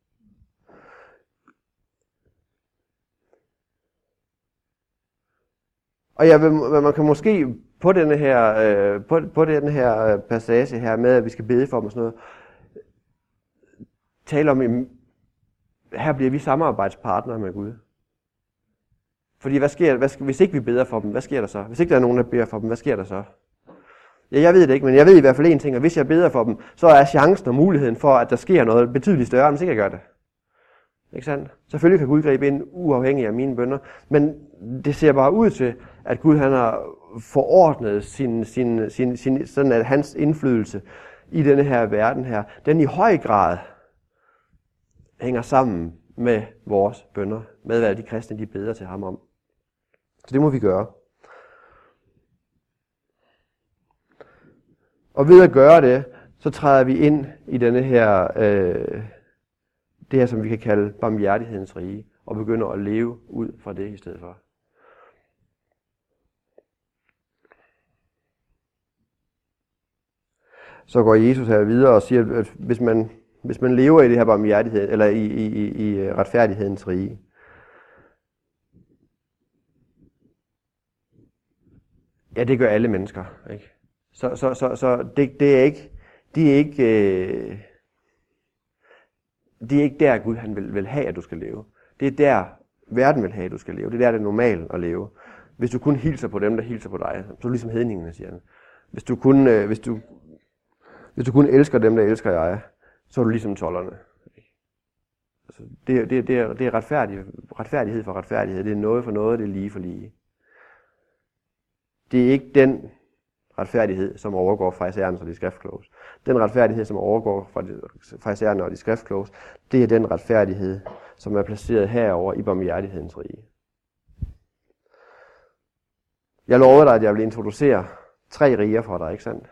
Og ja, man kan måske på denne her, øh, på, på denne her passage her med, at vi skal bede for dem og sådan noget, tale om, her bliver vi samarbejdspartnere med Gud. Fordi hvad sker, hvad, hvis ikke vi beder for dem, hvad sker der så? Hvis ikke der er nogen, der beder for dem, hvad sker der så? Ja, jeg ved det ikke, men jeg ved i hvert fald en ting, at hvis jeg beder for dem, så er chancen og muligheden for, at der sker noget betydeligt større, end hvis ikke jeg gør det. Ikke sandt? Selvfølgelig kan Gud gribe ind uafhængig af mine bønner, men det ser bare ud til, at Gud han har forordnet sin, sin, sin, sin, sådan at hans indflydelse i denne her verden her, den i høj grad hænger sammen med vores bønner, med hvad de kristne de beder til ham om. Så det må vi gøre. Og ved at gøre det, så træder vi ind i denne her, øh, det her, som vi kan kalde barmhjertighedens rige, og begynder at leve ud fra det i stedet for. Så går Jesus her videre og siger, at hvis man, hvis man lever i det her barmhjertighed, eller i, i, i, i retfærdighedens rige, ja, det gør alle mennesker, ikke? Så, så, så, så det, det er ikke, det er ikke, øh, det er ikke der, Gud han vil, vil have, at du skal leve. Det er der, verden vil have, at du skal leve. Det er der, det er normalt at leve. Hvis du kun hilser på dem, der hilser på dig, så er du ligesom hedningene, siger han. Hvis du kun, øh, hvis du, hvis du kun elsker dem, der elsker jeg, så er du ligesom tolderne. Altså, det, det, det, er, det er retfærdig, retfærdighed for retfærdighed. Det er noget for noget, det er lige for lige. Det er ikke den retfærdighed, som overgår farisæerne og de skriftkloge. Den retfærdighed, som overgår fra de farisæerne og de skriftkloge, det er den retfærdighed, som er placeret herover i barmhjertighedens rige. Jeg lovede dig, at jeg vil introducere tre riger for dig, ikke sandt?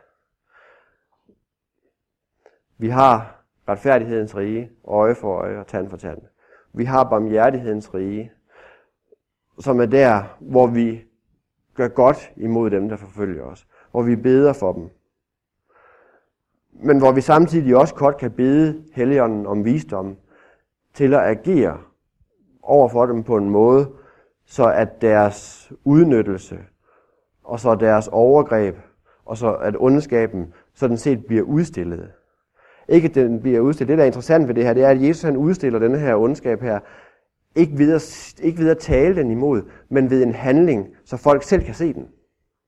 Vi har retfærdighedens rige, øje for øje og tand for tand. Vi har barmhjertighedens rige, som er der, hvor vi gør godt imod dem, der forfølger os. Hvor vi beder for dem. Men hvor vi samtidig også godt kan bede Helligånden om visdom til at agere over for dem på en måde, så at deres udnyttelse og så deres overgreb og så at ondskaben sådan set bliver udstillet. Ikke at den bliver udstillet. Det, der er interessant ved det her, det er, at Jesus han udstiller denne her ondskab her, ikke ved, at, ikke ved at tale den imod, men ved en handling, så folk selv kan se den.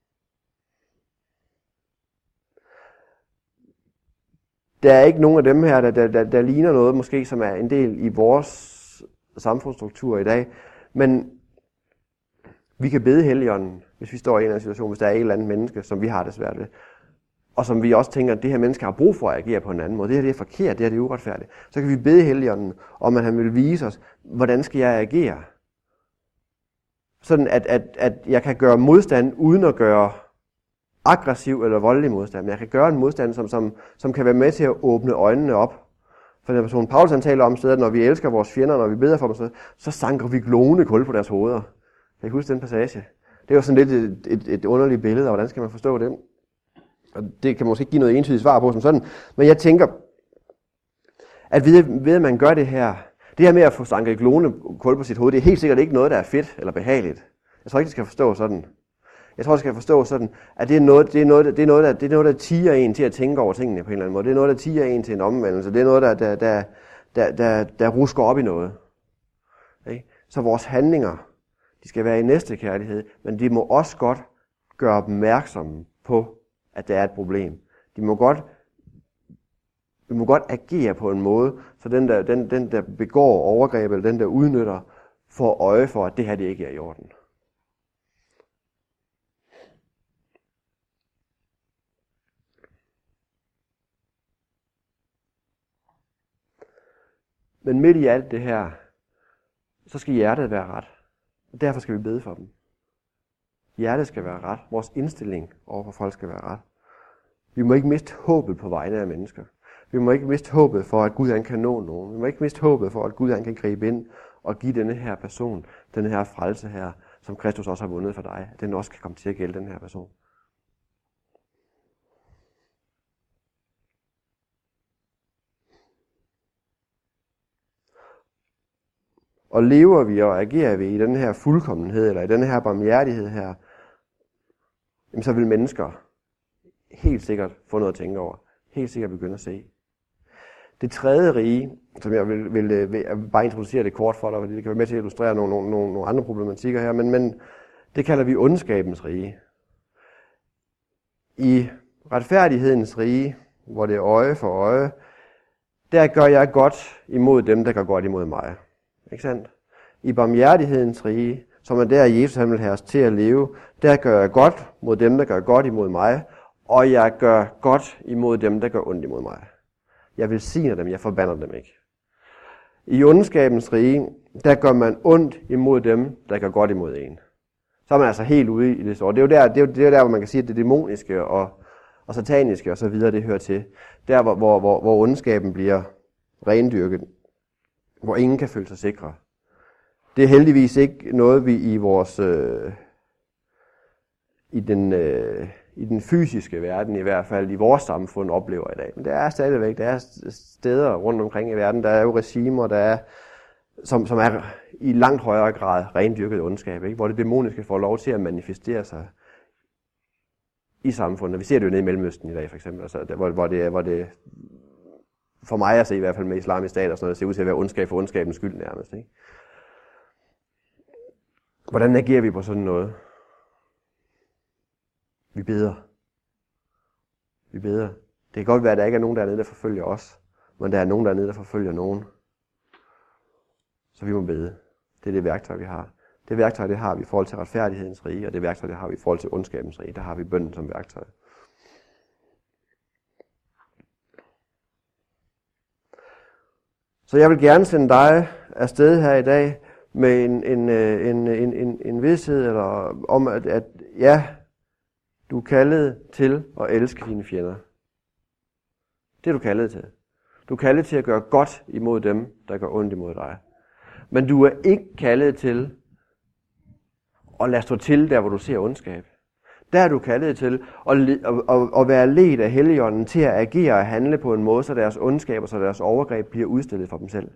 Der er ikke nogen af dem her, der, der, der, der ligner noget, måske som er en del i vores samfundsstruktur i dag, men vi kan bede Helligånden, hvis vi står i en eller anden situation, hvis der er et eller andet menneske, som vi har det svært ved, og som vi også tænker, at det her menneske har brug for at agere på en anden måde. Det her det er forkert, det her det er uretfærdigt. Så kan vi bede Helligånden om, at han vil vise os, hvordan skal jeg agere? Sådan at, at, at jeg kan gøre modstand uden at gøre aggressiv eller voldelig modstand. Men jeg kan gøre en modstand, som, som, som kan være med til at åbne øjnene op. For den person, Paulus han taler om stedet, at når vi elsker vores fjender, når vi beder for dem, så, så sanker vi glående kul på deres hoveder. Kan I huske den passage? Det er jo sådan lidt et, et, et underligt billede, og hvordan skal man forstå det? Og det kan måske ikke give noget entydigt svar på som sådan, men jeg tænker, at ved, ved at man gør det her, det her med at få sanket glående kul på sit hoved, det er helt sikkert ikke noget, der er fedt eller behageligt. Jeg tror ikke, det skal forstå sådan. Jeg tror, det skal forstå sådan, at det er noget, det er noget, det er noget, der, det er noget, der tiger en til at tænke over tingene på en eller anden måde. Det er noget, der tiger en til en omvendelse. Det er noget, der, der, der, der, der, der rusker op i noget. Okay? Så vores handlinger, de skal være i næste kærlighed, men de må også godt gøre opmærksomme på, at der er et problem. De må godt, de må godt agere på en måde, så den der, den, den, der begår overgreb, eller den, der udnytter, får øje for, at det her det ikke er i orden. Men midt i alt det her, så skal hjertet være ret. Og derfor skal vi bede for dem. Hjertet skal være ret. Vores indstilling overfor folk skal være ret. Vi må ikke miste håbet på vegne af mennesker. Vi må ikke miste håbet for, at Gud han kan nå nogen. Vi må ikke miste håbet for, at Gud han kan gribe ind og give denne her person, denne her frelse her, som Kristus også har vundet for dig, at den også kan komme til at gælde den her person. Og lever vi og agerer vi i den her fuldkommenhed, eller i den her barmhjertighed her, jamen så vil mennesker helt sikkert få noget at tænke over. Helt sikkert begynde at se. Det tredje rige, som jeg vil, vil, vil, vil bare introducere det kort for dig, fordi det kan være med til at illustrere nogle, nogle, nogle, nogle andre problematikker her, men, men det kalder vi ondskabens rige. I retfærdighedens rige, hvor det er øje for øje, der gør jeg godt imod dem, der gør godt imod mig. Ikke sandt? I barmhjertighedens rige, som er der, Jesus han vil have os til at leve, der gør jeg godt mod dem, der gør godt imod mig, og jeg gør godt imod dem, der gør ondt imod mig. Jeg velsigner dem, jeg forbander dem ikke. I ondskabens rige, der gør man ondt imod dem, der gør godt imod en. Så er man altså helt ude i det store. Det er jo der, det er jo, det er der hvor man kan sige, at det dæmoniske og, og sataniske og så videre, det hører til. Der, hvor, hvor, hvor, hvor ondskaben bliver rendyrket. Hvor ingen kan føle sig sikre. Det er heldigvis ikke noget, vi i vores øh, i den øh, i den fysiske verden, i hvert fald i vores samfund, oplever i dag. Men der er stadigvæk, der er steder rundt omkring i verden, der er jo regimer, der er, som, som er i langt højere grad rendyrket ondskab, ikke? Hvor det dæmoniske får lov til at manifestere sig i samfundet. Vi ser det jo nede i Mellemøsten i dag, for eksempel, altså, der, hvor, hvor, det, hvor det for mig at se i hvert fald med islamisk stat og sådan noget, ser ud til at være ondskab for ondskabens skyld nærmest. Ikke? Hvordan agerer vi på sådan noget? Vi beder. Vi beder. Det kan godt være, at der ikke er nogen dernede, der forfølger os, men der er nogen dernede, der forfølger nogen. Så vi må bede. Det er det værktøj, vi har. Det værktøj, det har vi i forhold til retfærdighedens rige, og det værktøj, det har vi i forhold til ondskabens rige. Der har vi bønnen som værktøj. Så jeg vil gerne sende dig afsted her i dag med en, en, en, en, en, en vidshed eller om, at, at ja, du er kaldet til at elske dine fjender. Det er du kaldet til. Du er kaldet til at gøre godt imod dem, der gør ondt imod dig. Men du er ikke kaldet til at lade stå til der, hvor du ser ondskab. Der er du kaldet til at, at, at være ledt af Helligånden til at agere og handle på en måde, så deres ondskab og så deres overgreb bliver udstillet for dem selv.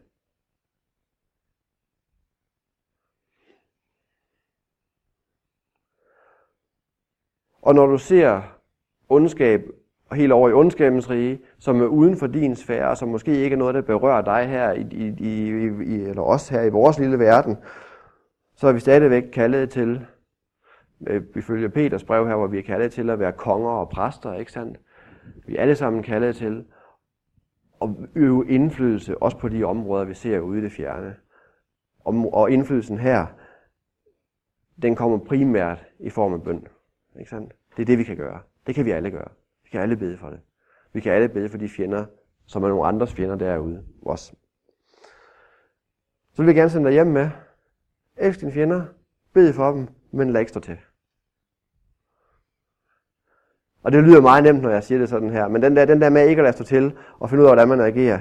Og når du ser ondskab helt over i ondskabens rige, som er uden for din sfære, og som måske ikke er noget, der berører dig her, i, i, i, i, eller os her i vores lille verden, så er vi stadigvæk kaldet til, ifølge Peters brev her, hvor vi er kaldet til at være konger og præster, ikke sandt? Vi er alle sammen kaldet til at øve indflydelse, også på de områder, vi ser ude i det fjerne. Og, og indflydelsen her, den kommer primært i form af bøn, ikke sandt? Det er det, vi kan gøre. Det kan vi alle gøre. Vi kan alle bede for det. Vi kan alle bede for de fjender, som er nogle andres fjender derude også. Så vil jeg gerne sende dig hjem med. Elsk dine fjender. Bed for dem, men lad ikke stå til. Og det lyder meget nemt, når jeg siger det sådan her. Men den der, den der med ikke at lade stå til og finde ud af, hvordan man agerer,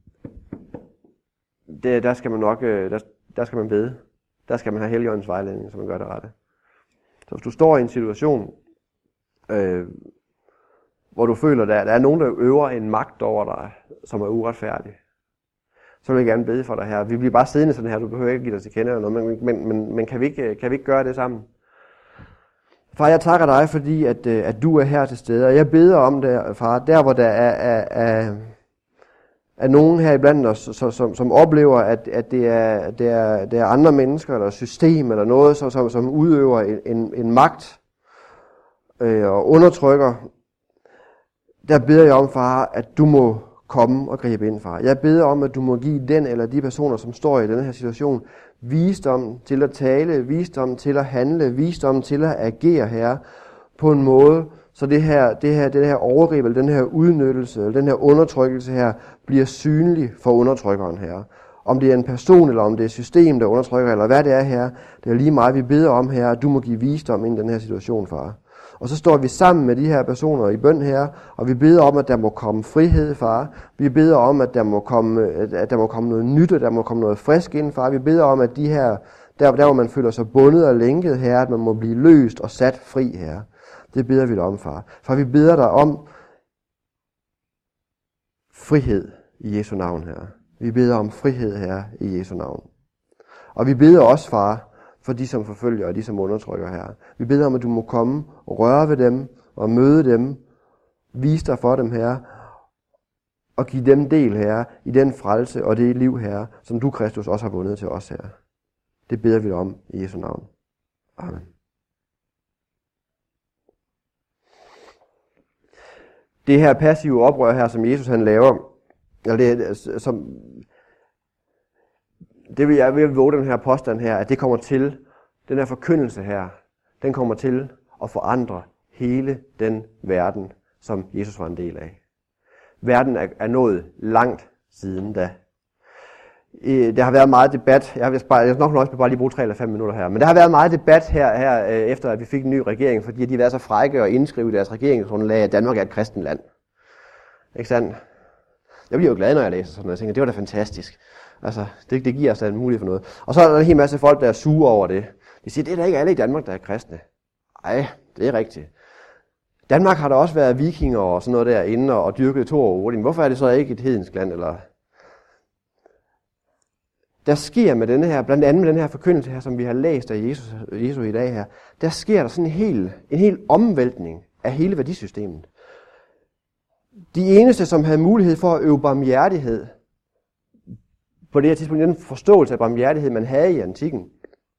det, der skal man nok, der, der skal man bede. Der skal man have Helligåndens vejledning, så man gør det rette. Så hvis du står i en situation, øh, hvor du føler, der, der er nogen, der øver en magt over dig, som er uretfærdig, så vil jeg gerne bede for dig her. Vi bliver bare siddende sådan her, du behøver ikke give dig til kende eller noget, men, men, men, men kan, vi ikke, kan vi ikke gøre det sammen? Far, jeg takker dig, fordi at, at du er her til stede, og jeg beder om det, far, der hvor der er, er, er, er nogen her iblandt os, som, som, som oplever, at, at det, er, det, er, det er andre mennesker, eller system, eller noget, som, som, som udøver en, en, en magt øh, og undertrykker. Der beder jeg om, far, at du må komme og gribe ind, far. Jeg beder om, at du må give den eller de personer, som står i denne her situation, visdom til at tale, visdom til at handle, visdom til at agere her på en måde, så det her, det her, det her overgreb, eller den her udnyttelse, eller den her undertrykkelse her, bliver synlig for undertrykkeren her. Om det er en person, eller om det er et system, der undertrykker, eller hvad det er her, det er lige meget, vi beder om her, at du må give visdom ind i den her situation, far. Og så står vi sammen med de her personer i bøn her, og vi beder om, at der må komme frihed, far. Vi beder om, at der må komme, at der må komme noget nyt, og der må komme noget frisk ind, far. Vi beder om, at de her, der, der hvor man føler sig bundet og lænket her, at man må blive løst og sat fri her. Det beder vi dig om, far. For vi beder dig om frihed i Jesu navn her. Vi beder om frihed her i Jesu navn. Og vi beder også, far, for de, som forfølger og de, som undertrykker her. Vi beder om, at du må komme og røre ved dem og møde dem, vise dig for dem her, og give dem del her i den frelse og det liv her, som du, Kristus, også har vundet til os her. Det beder vi dig om i Jesu navn. Amen. Det her passive oprør her, som Jesus han laver, eller det, som, det vil jeg vil våge den her påstand her, at det kommer til, den her forkyndelse her, den kommer til at forandre hele den verden, som Jesus var en del af. Verden er, er nået langt siden da. Der har været meget debat, jeg vil bare, jeg nok også bare lige bruge tre eller fem minutter her, men der har været meget debat her, her efter at vi fik en ny regering, fordi de har været så frække og indskrive i deres regeringsgrundlag, at Danmark er et kristent land. Ikke sandt? Jeg bliver jo glad, når jeg læser sådan noget. Jeg tænker, det var da fantastisk. Altså, det, det giver os da en mulighed for noget. Og så er der en hel masse folk, der er sure over det. De siger, det er da ikke alle i Danmark, der er kristne. Nej, det er rigtigt. Danmark har der også været vikinger og sådan noget derinde og dyrket to år Odin. Hvorfor er det så ikke et hedensk land? Eller der sker med denne her, blandt andet med den her forkyndelse her, som vi har læst af Jesus, Jesus i dag her, der sker der sådan en hel, en hel omvæltning af hele værdisystemet. De eneste, som havde mulighed for at øve barmhjertighed, på det her tidspunkt, den forståelse af barmhjertighed, man havde i antikken,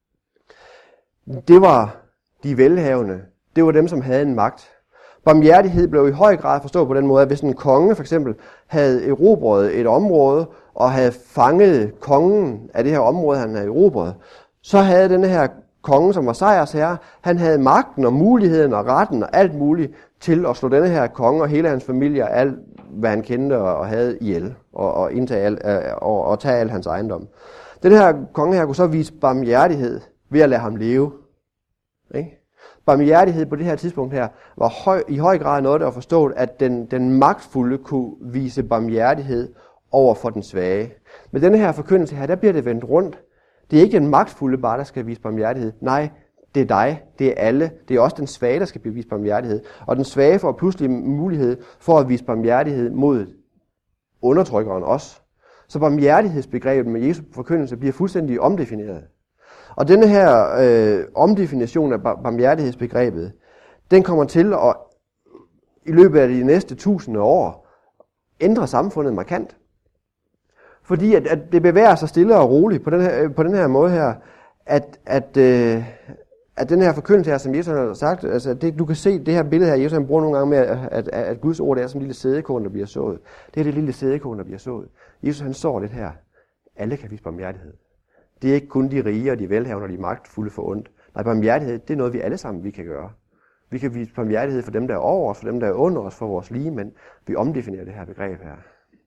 det var de velhavende. Det var dem, som havde en magt. Barmhjertighed blev i høj grad forstået på den måde, at hvis en konge for eksempel havde erobret et område, og havde fanget kongen af det her område, han havde erobret, så havde denne her konge, som var sejrsherre, han havde magten og muligheden og retten og alt muligt til at slå denne her konge og hele hans familie og alt, hvad han kendte og havde ihjel, og, og, indtage al, og, og tage al hans ejendom. Den her konge her kunne så vise barmhjertighed ved at lade ham leve. Ikke? Barmhjertighed på det her tidspunkt her var høj, i høj grad noget, der var forstået, at den, den magtfulde kunne vise barmhjertighed over for den svage. Med denne her forkyndelse her, der bliver det vendt rundt. Det er ikke den magtfulde bare, der skal vise barmhjertighed. Nej, det er dig, det er alle. Det er også den svage, der skal vise barmhjertighed. Og den svage får pludselig mulighed for at vise barmhjertighed mod undertrykkeren også. Så barmhjertighedsbegrebet med Jesu forkyndelse bliver fuldstændig omdefineret. Og denne her øh, omdefinition af barmhjertighedsbegrebet, den kommer til at i løbet af de næste tusinde år ændre samfundet markant. Fordi at, at det bevæger sig stille og roligt på den her, på den her måde her, at, at, øh, at den her forkyndelse her, som Jesus har sagt, altså det, du kan se det her billede her, Jesus han bruger nogle gange med, at, at, at Guds ord er som en lille sædekorn, der bliver sået. Det er det lille sædekorn, der bliver sået. Jesus han sår det her. Alle kan vise barmhjertighed. Det er ikke kun de rige og de velhavende og de magtfulde for ondt. Nej, barmhjertighed, det er noget, vi alle sammen vi kan gøre. Vi kan vise barmhjertighed for dem, der er over os, for dem, der er under os, for vores ligemænd. Vi omdefinerer det her begreb her.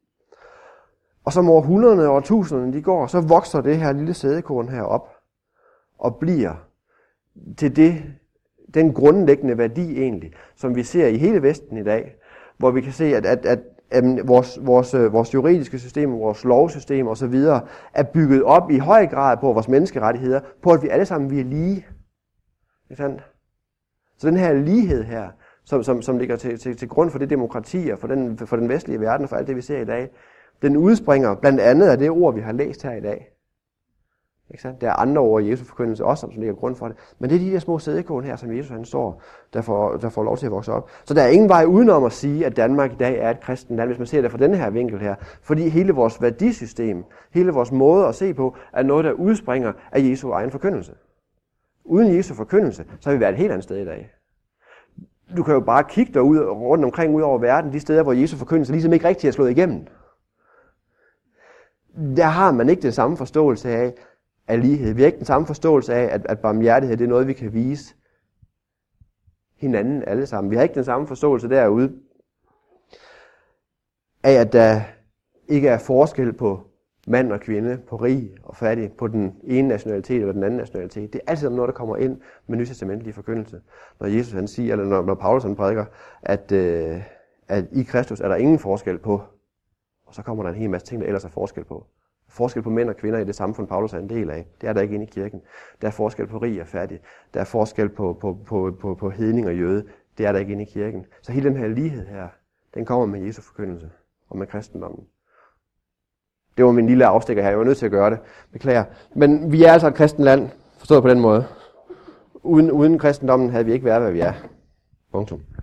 Og som århundrederne og årtusinderne de går, så vokser det her lille sædekorn her op og bliver til det, den grundlæggende værdi egentlig, som vi ser i hele Vesten i dag, hvor vi kan se, at, at, at, at vores, vores, vores juridiske system, vores lovsystem osv. er bygget op i høj grad på vores menneskerettigheder, på at vi alle sammen vi er lige. Ikke sandt? Så den her lighed her, som, som, som ligger til, til, til grund for det demokrati og for den, for den vestlige verden og for alt det, vi ser i dag, den udspringer blandt andet af det ord, vi har læst her i dag. Ikke sandt? Der er andre ord i Jesu forkyndelse også, som ligger grund for det. Men det er de der små sædekorn her, som Jesus han står, der får, der får lov til at vokse op. Så der er ingen vej udenom at sige, at Danmark i dag er et kristent land, hvis man ser det fra denne her vinkel her. Fordi hele vores værdisystem, hele vores måde at se på, er noget, der udspringer af Jesu egen forkyndelse. Uden Jesu forkyndelse, så har vi været et helt andet sted i dag. Du kan jo bare kigge derud, rundt omkring ud over verden, de steder, hvor Jesu forkyndelse ligesom ikke rigtig er slået igennem. Der har man ikke den samme forståelse af, af lighed. Vi har ikke den samme forståelse af, at, at barmhjertighed det er noget, vi kan vise hinanden alle sammen. Vi har ikke den samme forståelse derude af, at der ikke er forskel på mand og kvinde, på rig og fattig, på den ene nationalitet eller den anden nationalitet. Det er altid noget, der kommer ind med nytestamentlige forkyndelse. Når Jesus han siger, eller når, når Paulus han prædiker, at, øh, at i Kristus er der ingen forskel på, og så kommer der en hel masse ting, der ellers er forskel på. Forskel på mænd og kvinder i det samfund, Paulus er en del af. Det er der ikke inde i kirken. Der er forskel på rig og fattig. Der er forskel på, på, på, på, på hedning og jøde. Det er der ikke inde i kirken. Så hele den her lighed her, den kommer med Jesu forkyndelse og med kristendommen. Det var min lille afstikker her. Jeg var nødt til at gøre det. Beklager. Men vi er altså et kristent land, forstået på den måde. Uden, uden kristendommen havde vi ikke været, hvad vi er. Punktum.